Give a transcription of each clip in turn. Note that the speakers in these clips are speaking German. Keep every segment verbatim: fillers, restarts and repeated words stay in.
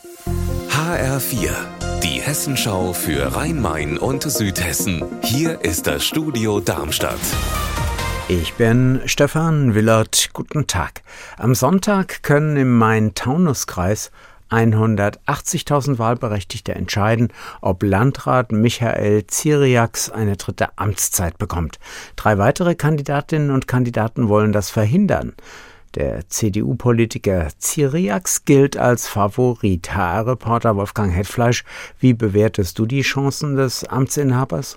H R vier, die Hessenschau für Rhein-Main und Südhessen. Hier ist das Studio Darmstadt. Ich bin Stefan Willert. Guten Tag. Am Sonntag können im Main-Taunus-Kreis hundertachtzigtausend Wahlberechtigte entscheiden, ob Landrat Michael Cyriax eine dritte Amtszeit bekommt. Drei weitere Kandidatinnen und Kandidaten wollen das verhindern. Der C D U-Politiker Cyriax gilt als Favorit. H R-Reporter Wolfgang Hetfleisch, wie bewertest du die Chancen des Amtsinhabers?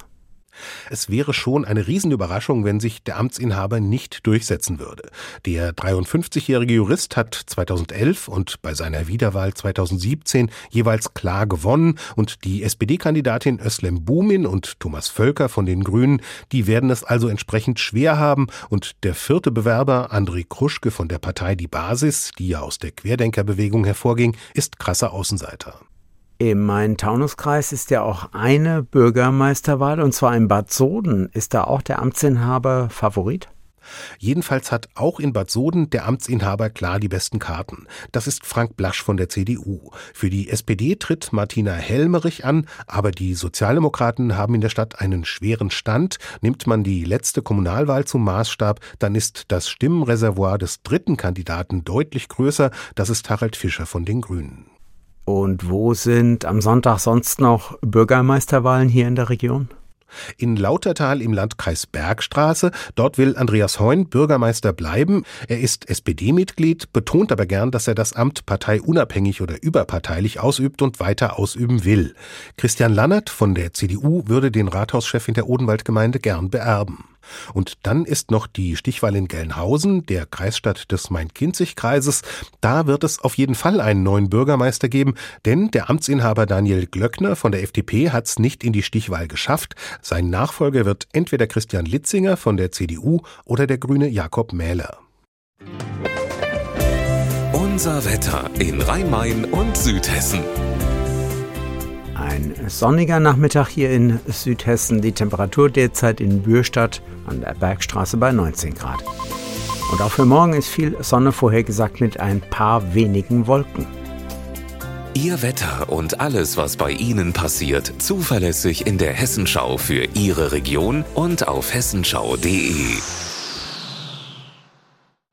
Es wäre schon eine Riesenüberraschung, wenn sich der Amtsinhaber nicht durchsetzen würde. Der dreiundfünfzigjährige Jurist hat zweitausendelf und bei seiner Wiederwahl zweitausendsiebzehn jeweils klar gewonnen und die S P D-Kandidatin Özlem Bumin und Thomas Völker von den Grünen, die werden es also entsprechend schwer haben und der vierte Bewerber, André Kruschke von der Partei Die Basis, die ja aus der Querdenkerbewegung hervorging, ist krasser Außenseiter. Im Main-Taunus-Kreis ist ja auch eine Bürgermeisterwahl, und zwar in Bad Soden. Ist da auch der Amtsinhaber Favorit? Jedenfalls hat auch in Bad Soden der Amtsinhaber klar die besten Karten. Das ist Frank Blasch von der C D U. Für die S P D tritt Martina Helmerich an, aber die Sozialdemokraten haben in der Stadt einen schweren Stand. Nimmt man die letzte Kommunalwahl zum Maßstab, dann ist das Stimmenreservoir des dritten Kandidaten deutlich größer. Das ist Harald Fischer von den Grünen. Und wo sind am Sonntag sonst noch Bürgermeisterwahlen hier in der Region? In Lautertal im Landkreis Bergstraße. Dort will Andreas Heun Bürgermeister bleiben. Er ist S P D-Mitglied, betont aber gern, dass er das Amt parteiunabhängig oder überparteilich ausübt und weiter ausüben will. Christian Lannert von der C D U würde den Rathauschef in der Odenwaldgemeinde gern beerben. Und dann ist noch die Stichwahl in Gelnhausen, der Kreisstadt des Main-Kinzig-Kreises. Da wird es auf jeden Fall einen neuen Bürgermeister geben, denn der Amtsinhaber Daniel Glöckner von der F D P hat es nicht in die Stichwahl geschafft. Sein Nachfolger wird entweder Christian Litzinger von der C D U oder der Grüne Jakob Mähler. Unser Wetter in Rhein-Main und Südhessen. Ein sonniger Nachmittag hier in Südhessen. Die Temperatur derzeit in Bürstadt an der Bergstraße bei neunzehn Grad. Und auch für morgen ist viel Sonne vorhergesagt mit ein paar wenigen Wolken. Ihr Wetter und alles, was bei Ihnen passiert, zuverlässig in der Hessenschau für Ihre Region und auf hessenschau punkt de.